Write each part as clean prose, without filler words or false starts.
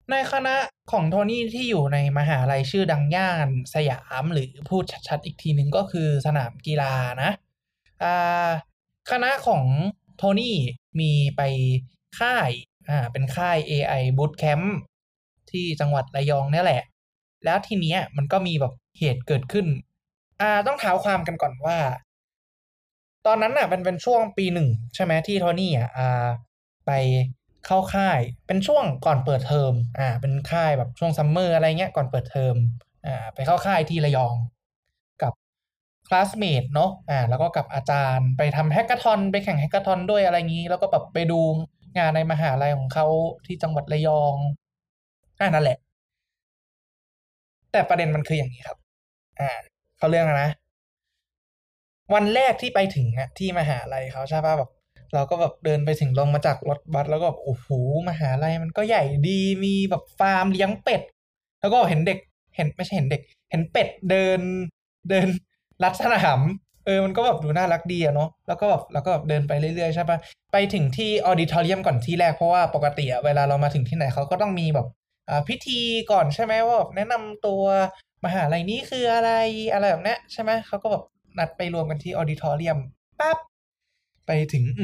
ในคณะของโทนี่ที่อยู่ในมหาลัยชื่อดังย่านสยามหรือพูดชัดๆอีกทีหนึ่งก็คือสนามกีฬานะอ่าคณะของโทนี่มีไปค่ายเป็นค่าย AI Bootcamp ที่จังหวัดระยองเนี่ยแหละแล้วทีเนี้ยมันก็มีแบบเหตุเกิดขึ้นต้องเท้าความกันก่อนว่า ตอนนั้นน่ะเป็นช่วงปี 1ใช่ไหมที่โทนี่ไปเข้าค่ายเป็นช่วงก่อนเปิดเทอมเป็นค่ายแบบช่วงซัมเมอร์อะไรเงี้ยก่อนเปิดเทอมไปเข้าค่ายที่ระยองกับคลาสเมทเนาะแล้วก็กับอาจารย์ไปทำแฮกเกอร์ทอนไปแข่งแฮกเกอร์ทอนด้วยอะไรงี้แล้วก็แบบไปดูงานในมหาลัยของเขาที่จังหวัดระยองนั่นแหละแต่ประเด็นมันคืออย่างนี้ครับอ่าเขาเรื่องนะ วันแรกที่ไปถึงอะที่มหาลัยเขาใช่ป่ะแบบเราก็แบบเดินไปถึงลงมาจากรถบัสแล้วก็แบบโอ้โหมหาลัยมันก็ใหญ่ดีมีแบบฟาร์มเลี้ยงเป็ดแล้วก็เห็นเด็กเห็นไม่ใช่เห็นเด็กเห็นเป็ดเดินลัดสนามมันก็แบบดูน่ารักดีอะเนาะแล้วก็แบบเดินไปเรื่อยๆใช่ป่ะไปถึงที่ออดิทอเรียมก่อนที่แรกเพราะว่าปกติอะเวลาเรามาถึงที่ไหนเขาก็ต้องมีแบบพิธีก่อนใช่ไหมว่าแบบแนะนำตัว มหาลัยนี้คืออะไรอะไรแบบเนี้ยใช่ไหมเขาก็แบบนัดไปรวมกันที่ออดิทอเรียมปั๊บไปถึง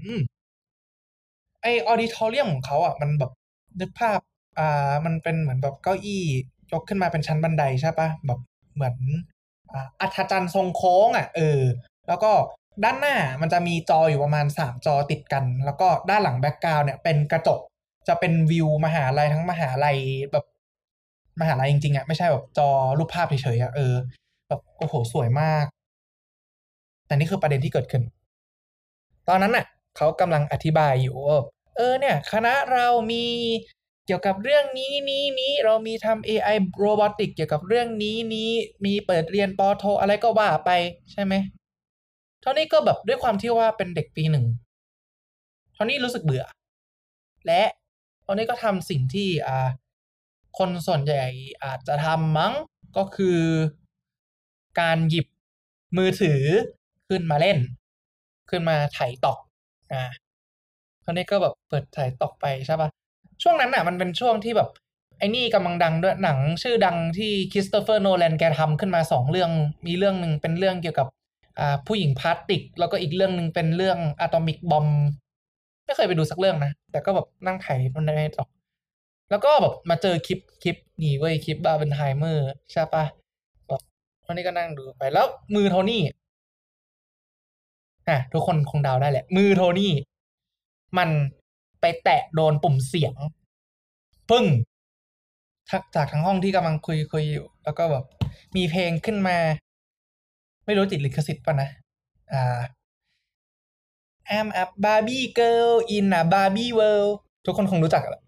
ไอออดิทอเรียมของเขามันแบบนึกภาพมันเป็นเหมือนแบบเก้าอี้ยกขึ้นมาเป็นชั้นบันไดใช่ปะแบบเหมือนอัฐจันทร์ทรงโค้งแล้วก็ด้านหน้ามันจะมีจออยู่ประมาณ3 จอติดกันแล้วก็ด้านหลังแบ็กกราวด์เนี่ยเป็นกระจกจะเป็นวิวมหาลัยทั้งมหาลัยแบบมหาลัยจริงๆไม่ใช่แบบจอรูปภาพเฉยๆแบบโอ้โหสวยมากแต่นี่คือประเด็นที่เกิดขึ้น ตอนนั้นน่ะเขากำลังอธิบายอยู่ว่าเนี่ยคณะเรามีเกี่ยวกับเรื่องนี้เรามีทำ AI robotic เกี่ยวกับเรื่องนี้มีเปิดเรียนปอโทอะไรก็ว่าไปใช่ไหมเท่านี้ก็แบบด้วยความที่ว่าเป็นเด็กปี 1เท่านี้รู้สึกเบื่อและเท่านี้ก็ทำสิ่งที่คนส่วนใหญ่อาจจะทำมั้งก็คือการหยิบมือถือขึ้นมาเล่นขึ้นมาไถตอกอ่า คราวนี้ก็แบบเปิดถ่ายตอกไปใช่ป่ะช่วงนั้นมันเป็นช่วงที่แบบไอ้นี่กำลังดังด้วยหนังชื่อดังที่คริสโตเฟอร์โนแลนแกทำขึ้นมา2 เรื่องมีเรื่องหนึ่งเป็นเรื่องเกี่ยวกับผู้หญิงพลาสติกแล้วก็อีกเรื่องหนึ่งเป็นเรื่องอะตอมิกบอมไม่เคยไปดูสักเรื่องนะแต่ก็แบบนั่งไถมันในตอกแล้วก็แบบมาเจอคลิปนี่เว้ยคลิปบาร์เบนไฮเมอร์ใช่ป่ะแบบโทนี่ก็นั่งดูไปแล้วมือโทนี่ทุกคนคงเดาได้แหละมือโทนี่มันไปแตะโดนปุ่มเสียง ปึ้งจากทั้งห้องที่กำลังคุยอยู่แล้วก็แบบมีเพลงขึ้นมาไม่รู้ติดลิขสิทธิ์ป่ะนะอ่า I'm a Barbie girl in a Barbie world ทุกคนคงรู้จักแหละ